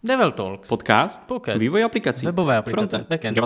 Devel Talks. Podcast. Vývoj aplikací. Webové aplikace. Backend.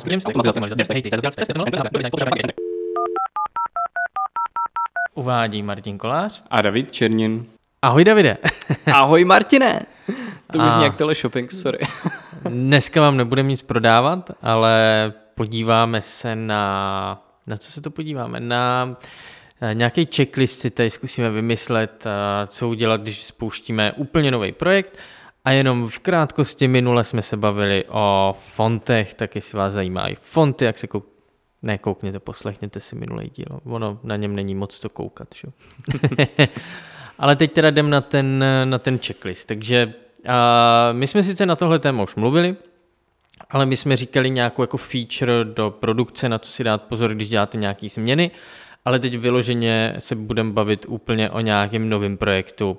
Uvádí Martin Kolář. A David Černin. Ahoj Davide. Ahoj Martine. To už zní jak teleshopping, sorry. Dneska vám nebudeme nic prodávat, ale podíváme se na co se to podíváme? Na nějaký checklist si tady zkusíme vymyslet, co udělat, když spouštíme úplně nový projekt. A jenom v krátkosti minule jsme se bavili o fontech, tak jestli vás zajímají fonty, jak se nekoukněte, poslechněte si minulý díl. Ono na něm není moc to koukat. Že? Ale teď teda jdem na ten checklist. Takže my jsme sice na tohle téma už mluvili, ale my jsme říkali nějakou jako feature do produkce, na co si dát pozor, když děláte nějaký změny, ale teď vyloženě se budeme bavit úplně o nějakém novém projektu.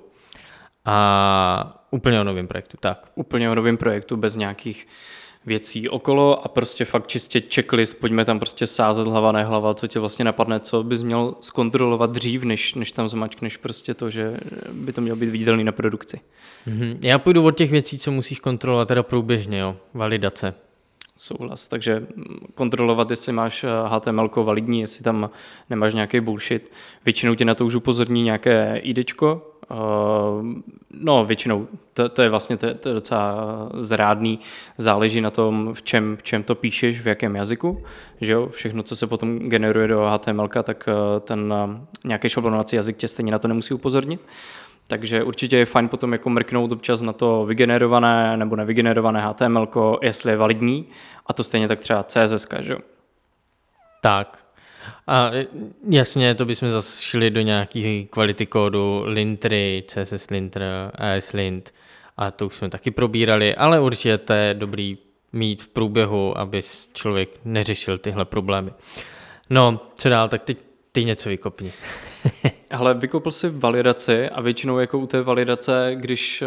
Úplně o novém projektu, tak. Úplně o novém projektu, bez nějakých věcí okolo a prostě fakt čistě checklist, pojďme tam prostě sázet hlava, nehlava, co tě vlastně napadne, co bys měl zkontrolovat dřív, než tam zmačkneš prostě to, že by to mělo být viditelný na produkci. Já půjdu od těch věcí, co musíš kontrolovat teda průběžně, jo, validace. Souhlas, takže kontrolovat, jestli máš HTML validní, jestli tam nemáš nějaký bullshit. Většinou tě na to už upozorní nějaké IDčko, no většinou, to je vlastně to je docela zrádný, záleží na tom, v čem to píšeš, v jakém jazyku, že jo, všechno, co se potom generuje do HTML, tak ten nějaký šablonovací jazyk tě stejně na to nemusí upozornit. Takže určitě je fajn potom jako mrknout občas na to vygenerované nebo nevygenerované HTML, jestli je validní, a to stejně tak třeba CSS, že jo. Tak. A jasně, to bychom zase šli do nějakých kvality kódu, lintry, CSS lintr, ASLint, a to už jsme taky probírali, ale určitě to je dobrý mít v průběhu, aby člověk neřešil tyhle problémy. No, co dál, tak teď ty něco vykopni. Hele, vykopl si validaci a většinou jako u té validace, když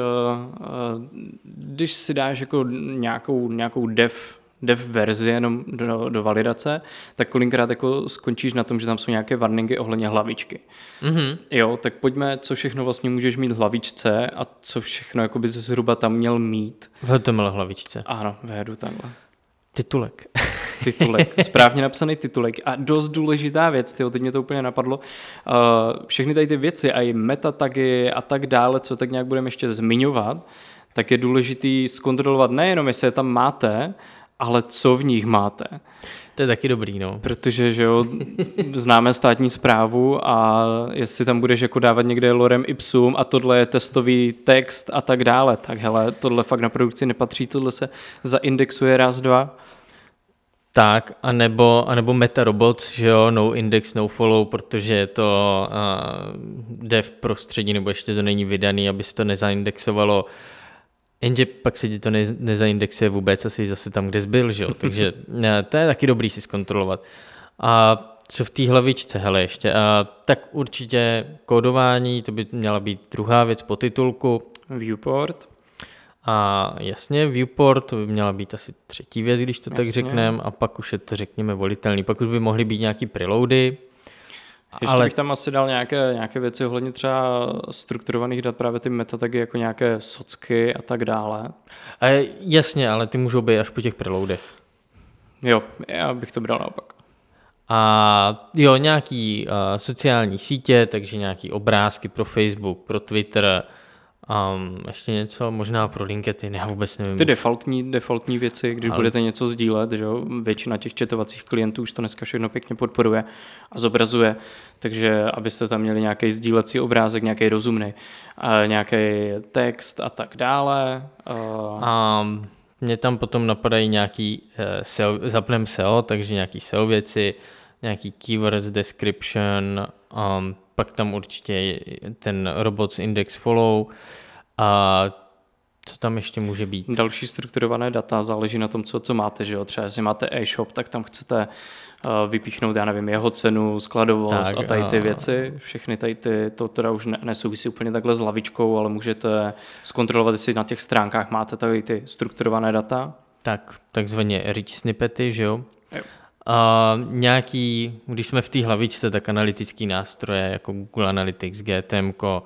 si dáš jako nějakou dev verzi jenom do validace, tak kolikrát jako skončíš na tom, že tam jsou nějaké warningy ohledně hlavičky. Mm-hmm. Jo, tak pojďme, co všechno vlastně můžeš mít v hlavičce a co všechno jako bys zhruba tam měl mít. V HTML hlavičce. Ano, v headu takhle. Titulek. Správně napsaný titulek. A dost důležitá věc, teď mě to úplně napadlo. Všechny tady ty věci a i metatagy a tak dále, co tak nějak budeme ještě zmiňovat, tak je důležitý zkontrolovat nejenom, jestli je tam máte, ale co v nich máte. To je taky dobrý, no. Protože, že jo, známe státní správu a jestli tam budeš jako dávat někde lorem ipsum a tohle je testový text a tak dále, tak hele, tohle fakt na produkci nepatří, tohle se zaindexuje raz, dva. Tak, anebo meta robots, že jo, no index, no follow, protože je to dev prostředí, nebo ještě to není vydaný, aby se to nezaindexovalo. Jenže pak se ti to nezaindexuje vůbec asi zase tam, kde jsi byl, že jo, takže to je taky dobrý si zkontrolovat. A co v té hlavičce, hele ještě, tak určitě kódování, to by měla být druhá věc po titulku. Viewport. A jasně, viewport, to by měla být asi třetí věc, když to tak řekneme, a pak už je to, řekněme, volitelný. Pak už by mohly být nějaký preloady. Ještě bych tam asi dal nějaké věci ohledně třeba strukturovaných dat, právě ty metatagy, jako nějaké socky a tak dále. Jasně, ale ty můžou být až po těch preloadech. Jo, já bych to bral naopak. A jo, nějaký sociální sítě, takže nějaký obrázky pro Facebook, pro Twitter, ještě něco, možná pro LinkedIn, já vůbec nevím. Ty defaultní věci, když budete něco sdílet, že jo, většina těch chatovacích klientů už to dneska všechno pěkně podporuje a zobrazuje, takže abyste tam měli nějaký sdílecí obrázek, nějaký rozumný, nějaký text a tak dále. Mně tam potom napadají nějaký zapneme SEO, takže nějaký SEO věci, nějaký keywords description, pak tam určitě je ten robots index follow a co tam ještě může být? Další strukturované data, záleží na tom, co máte, že jo? Třeba jestli máte e-shop, tak tam chcete vypíchnout, já nevím, jeho cenu, skladovost a tady ty věci. Všechny tady to teda už nesouvisí úplně takhle s hlavičkou, ale můžete zkontrolovat, jestli na těch stránkách máte tady ty strukturované data. Takzvaně rich snippety, že jo? Jo. Nějaký, když jsme v té hlavičce, tak analytický nástroje jako Google Analytics, GTMko,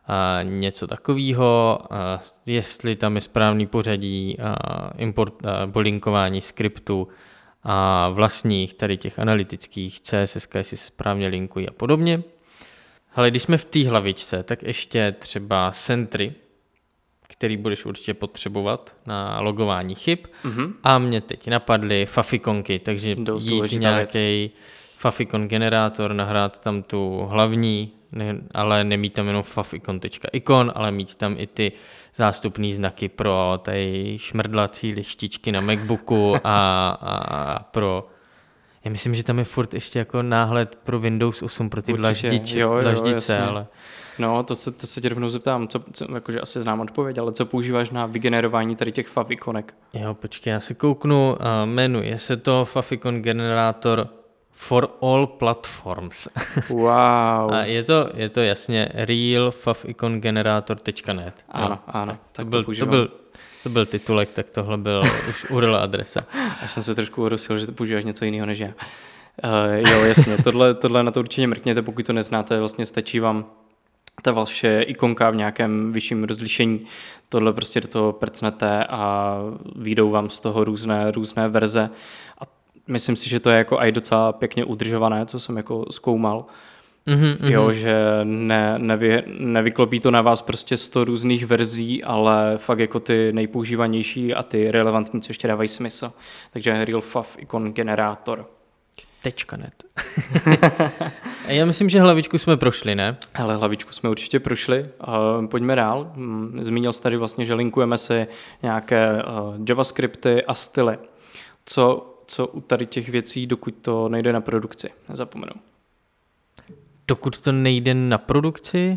něco takového, jestli tam je správný pořadí polinkování skriptu a vlastních tady těch analytických CSS, jestli se správně linkují a podobně. Ale když jsme v té hlavičce, tak ještě třeba Sentry, který budeš určitě potřebovat na logování chyb. A mě teď napadly fafikonky, takže jít nějaký fafikon generátor, nahrát tam tu hlavní, ale nemít tam jenom fafikon.icon, ale mít tam i ty zástupné znaky pro tady šmrdlací lištičky na MacBooku a pro... Já myslím, že tam je furt ještě jako náhled pro Windows 8, pro ty dlaždice, ale... No, to se tě rovnou zeptám, co jakože asi znám odpověď, ale co používáš na vygenerování tady těch favikonek? Jo, počkej, já si kouknu, jmenuje se to Favicon Generator for all platforms. Wow. A je to jasně realfavicongenerator.net. Ano, tak to byl titulek, tak tohle byl už URL adresa. Až jsem se trošku urosil, že to používáš něco jiného než já. Jo, jasně, tohle na to určitě mrkněte, pokud to neznáte, vlastně stačí vám ta vaše ikonka v nějakém vyšším rozlišení. Tohle prostě do toho prcnete a vyjdou vám z toho různé verze. A myslím si, že to je jako i docela pěkně udržované, co jsem jako zkoumal. Jo, že nevyklopí to na vás prostě 100 různých verzí, ale fakt jako ty nejpoužívanější a ty relevantní, co ještě dávají smysl. Takže Real Fav Icon Generator. .net. Já myslím, že hlavičku jsme prošli, ne? Ale hlavičku jsme určitě prošli. Pojďme dál. Zmínil jsi tady vlastně, že linkujeme si nějaké javascripty a styly. Co u tady těch věcí, dokud to nejde na produkci? Nezapomenu. Dokud to nejde na produkci?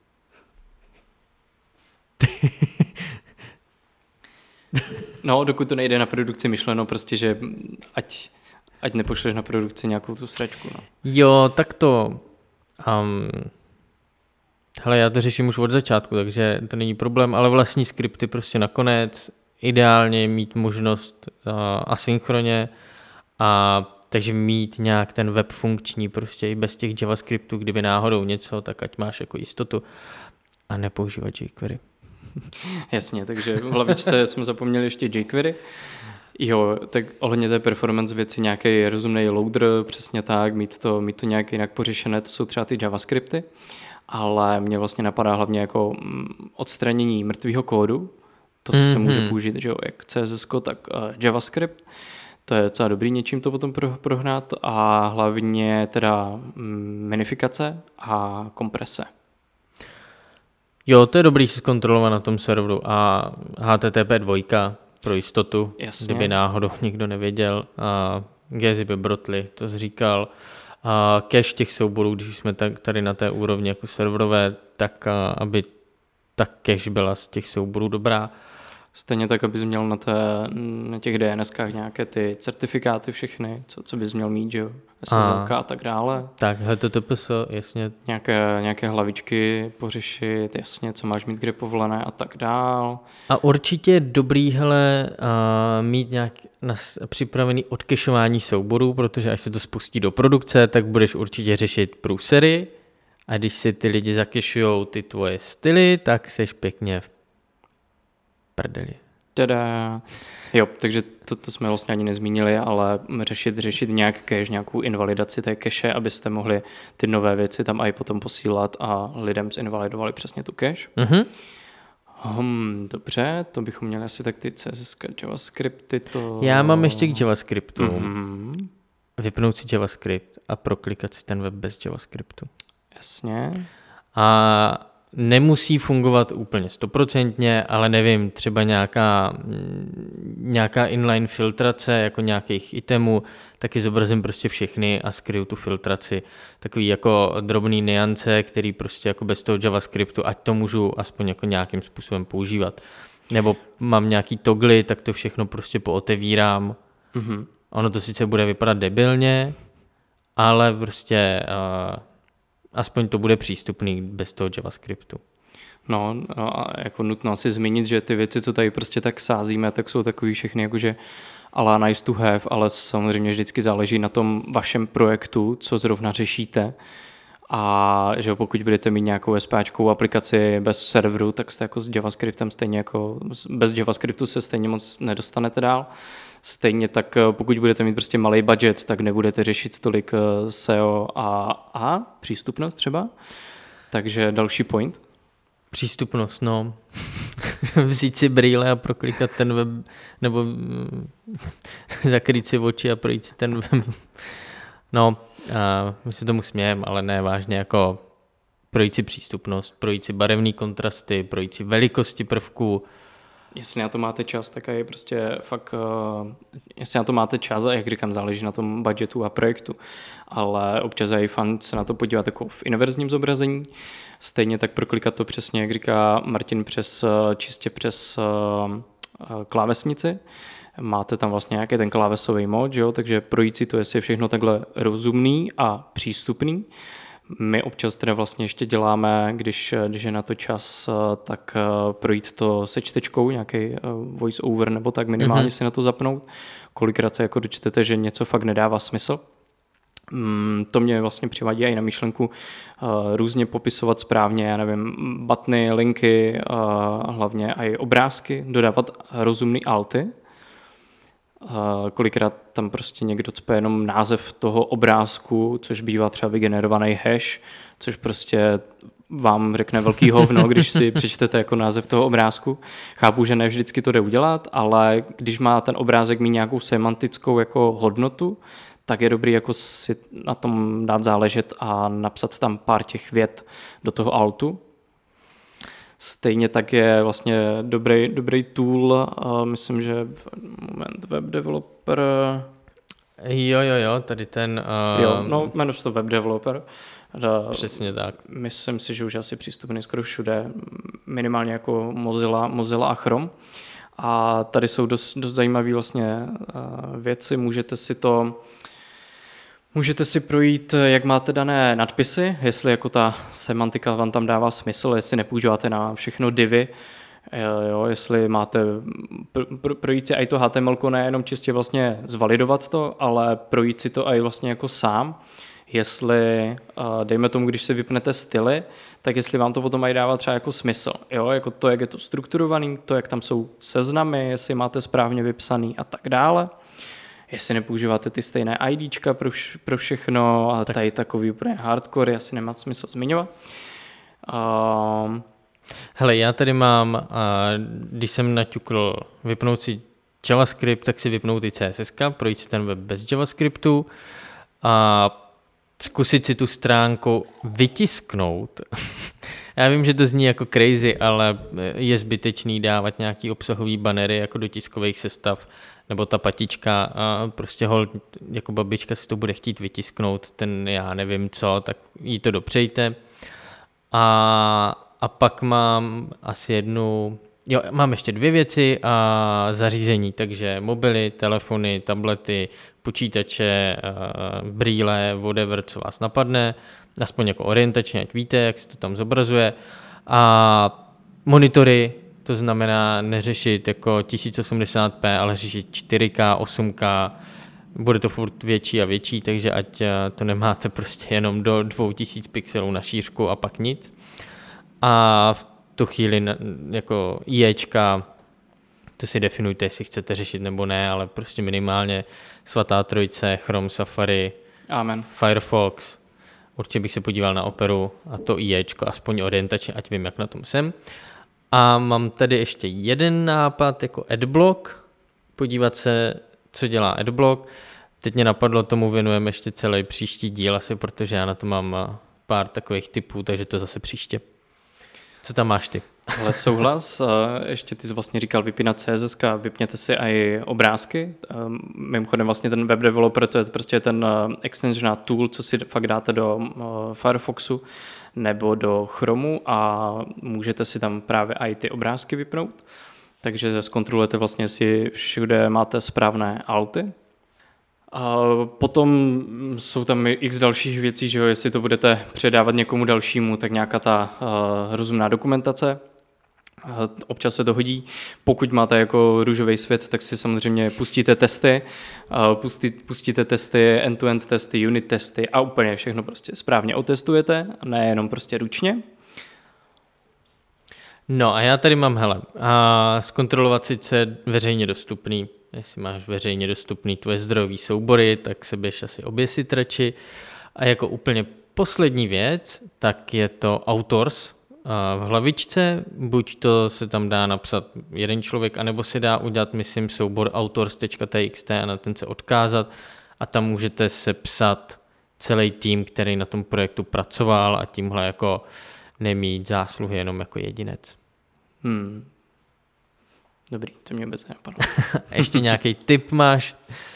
No, dokud to nejde na produkci, myšleno prostě, že ať nepošleš na produkci nějakou tu sračku. No. Jo, tak to... hele, já to řeším už od začátku, takže to není problém, ale vlastní skripty prostě nakonec, ideálně mít možnost asynchronně, takže mít nějak ten web funkční prostě i bez těch javascriptů, kdyby náhodou něco, tak ať máš jako jistotu a nepoužívat jQuery. Jasně, takže v hlavičce jsme zapomněli ještě jQuery. Jo, tak ohledně té performance věci nějaký rozumný loader, přesně tak, mít to nějak jinak pořešené, to jsou třeba ty javascripty, ale mě vlastně napadá hlavně jako odstranění mrtvého kódu, to se může použít, že jo, jak CSS, tak JavaScript, to je docela dobrý něčím to potom prohnat a hlavně teda minifikace a komprese. Jo, to je dobrý si zkontrolovat na tom serveru a HTTP 2 pro jistotu, kdyby náhodou nikdo nevěděl. Gazy Brotli to říkal. Cache těch souborů, když jsme tady na té úrovni jako serverové, tak aby ta cache byla z těch souborů dobrá. Stejně tak, abys měl na těch DNSkách nějaké ty certifikáty všechny, co bys měl mít, že jo? SSL a tak dále. Tak, HTTPS, jasně. Nějaké hlavičky pořešit, jasně, co máš mít kde povolené a tak dál. A určitě je dobrý, mít nějak připravený odkešování souborů, protože až se to spustí do produkce, tak budeš určitě řešit průsery a když si ty lidi zakešujou ty tvoje styly, tak seš pěkně v prdeli. Tada. Jo, takže to jsme vlastně ani nezmínili, ale řešit nějak cache, nějakou invalidaci té cache, abyste mohli ty nové věci tam i potom posílat a lidem zinvalidovali přesně tu cache. Dobře, to bychom měli asi tak ty CSS, JavaScripty. Já mám ještě k JavaScriptu. Vypnout si JavaScript a proklikat si ten web bez JavaScriptu. Jasně. A nemusí fungovat úplně 100%, ale nevím, třeba nějaká inline filtrace jako nějakých itemů, taky zobrazím prostě všechny a skryju tu filtraci. Takový jako drobný nuance, který prostě jako bez toho JavaScriptu, ať to můžu aspoň jako nějakým způsobem používat. Nebo mám nějaký toggly, tak to všechno prostě pootevírám. Ono to sice bude vypadat debilně, ale prostě aspoň to bude přístupný bez toho JavaScriptu. No a jako nutno si zmínit, že ty věci, co tady prostě tak sázíme, tak jsou takový všechny jakože ala nice to have, ale samozřejmě vždycky záleží na tom vašem projektu, co zrovna řešíte A že pokud budete mít nějakou SPAčkovou aplikaci bez serveru, tak jste jako s JavaScriptem stejně jako bez JavaScriptu se stejně moc nedostanete dál. Stejně tak pokud budete mít prostě malý budget, tak nebudete řešit tolik SEO a přístupnost třeba. Takže další point. Přístupnost, no. Vzít si brýle a proklikat ten web, nebo zakrýt si oči a projít si ten web. No, my se tomu smějeme, ale ne vážně, jako projít si přístupnost, projít si barevný kontrasty, projít si velikosti prvků. Jestli na to máte čas, tak je prostě fakt, jestli na to máte čas, a jak říkám, záleží na tom budgetu a projektu, ale občas je fajn se na to podívat jako v inverzním zobrazení, stejně tak proklikat to přesně, jak říká Martin, čistě přes klávesnici. Máte tam vlastně nějaký ten klávesový mod, jo? Takže projít si to, jestli je všechno takhle rozumný a přístupný. My občas teda vlastně ještě děláme, když je na to čas, tak projít to se čtečkou, nějaký voice over nebo tak minimálně si na to zapnout. Kolikrát se jako dočtete, že něco fakt nedává smysl. To mě vlastně přivádí i na myšlenku různě popisovat správně, já nevím, buttony, linky, hlavně i obrázky, dodávat rozumný alty. Kolikrát tam prostě někdo cpe jenom název toho obrázku, což bývá třeba vygenerovaný hash, což prostě vám řekne velký hovno, když si přečtete jako název toho obrázku. Chápu, že ne vždycky to jde udělat, ale když má ten obrázek mít nějakou semantickou jako hodnotu, tak je dobrý jako si na tom dát záležet a napsat tam pár těch vět do toho altu. Stejně tak je vlastně dobrý tool, myslím, že web developer. Jo, tady ten... jmenuje se to web developer. Přesně tak. Myslím si, že už asi přístupný skoro všude, minimálně jako Mozilla a Chrome. A tady jsou dost zajímavé vlastně věci, Můžete si projít, jak máte dané nadpisy, jestli jako ta semantika vám tam dává smysl, jestli nepoužíváte na všechno divy, jo, jestli máte projít si i to HTML, nejenom čistě vlastně zvalidovat to, ale projít si to i vlastně jako sám, jestli, dejme tomu, když si vypnete styly, tak jestli vám to potom i dává třeba jako smysl, jo, jako to, jak je to strukturovaný, to, jak tam jsou seznamy, jestli máte správně vypsaný a tak dále. Jestli nepoužíváte ty stejné IDčka pro všechno, ale tady takový úplně hardcore, asi nemá smysl zmiňovat. Hele, já tady mám, když jsem naťukl vypnout si JavaScript, tak si vypnout i CSS, projít si ten web bez JavaScriptu a zkusit si tu stránku vytisknout. Já vím, že to zní jako crazy, ale je zbytečný dávat nějaký obsahový banery jako do tiskových sestav, nebo ta patička, a prostě jako babička si to bude chtít vytisknout, ten já nevím co, tak jí to dopřejte. A pak mám asi mám ještě 2 věci a zařízení, takže mobily, telefony, tablety, počítače, brýle, whatever, co vás napadne, aspoň jako orientačně, ať víte, jak se to tam zobrazuje. A monitory, to znamená neřešit jako 1080p, ale řešit 4K, 8K, bude to furt větší a větší, takže ať to nemáte prostě jenom do 2000 pixelů na šířku a pak nic. A v tu chvíli jako IEčka, to si definujte, jestli chcete řešit nebo ne, ale prostě minimálně svatá trojice, Chrome, Safari, Amen. Firefox. Určitě bych se podíval na Operu a to IEčko, aspoň orientačně, ať vím, jak na tom jsem. A mám tady ještě jeden nápad jako Adblock, podívat se, co dělá Adblock. Teď mě napadlo, tomu věnujeme ještě celý příští díl asi, protože já na to mám pár takových typů, takže to zase příště. Co tam máš ty? Ale souhlas, ještě ty jsi vlastně říkal vypínat CSS, vypněte si i obrázky. Mimochodem vlastně ten web developer, to je prostě ten extension tool, co si fakt dáte do Firefoxu nebo do Chromu a můžete si tam právě i ty obrázky vypnout. Takže zkontrolujete vlastně, jestli všude máte správné alty. A potom jsou tam x dalších věcí, že jo, jestli to budete předávat někomu dalšímu, tak nějaká ta rozumná dokumentace. Občas se to hodí. Pokud máte jako růžový svět, tak si samozřejmě pustíte testy. Pustíte testy, end-to-end testy, unit testy a úplně všechno prostě správně otestujete, nejenom prostě ručně. No a já tady mám, hele, a zkontrolovat sice veřejně dostupný, jestli máš veřejně dostupný tvoje zdrojové soubory, tak se běž asi oběsit radši. A jako úplně poslední věc, tak je to Autors v hlavičce, buď to se tam dá napsat jeden člověk, anebo se dá udělat, myslím, soubor autors.txt a na ten se odkázat a tam můžete sepsat celý tým, který na tom projektu pracoval a tímhle jako nemít zásluhy jenom jako jedinec. Dobrý, to mě vůbec nenapadlo. Ještě nějaký tip máš?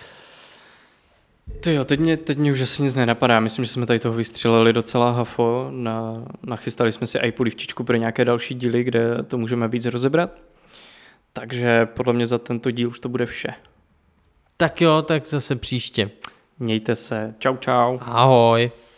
Tyjo, teď mě už asi nic nenapadá. Myslím, že jsme tady toho vystřelili docela hafo. Nachystali jsme si i polivčičku pro nějaké další díly, kde to můžeme víc rozebrat. Takže podle mě za tento díl už to bude vše. Tak jo, tak zase příště. Mějte se. Čau, čau. Ahoj.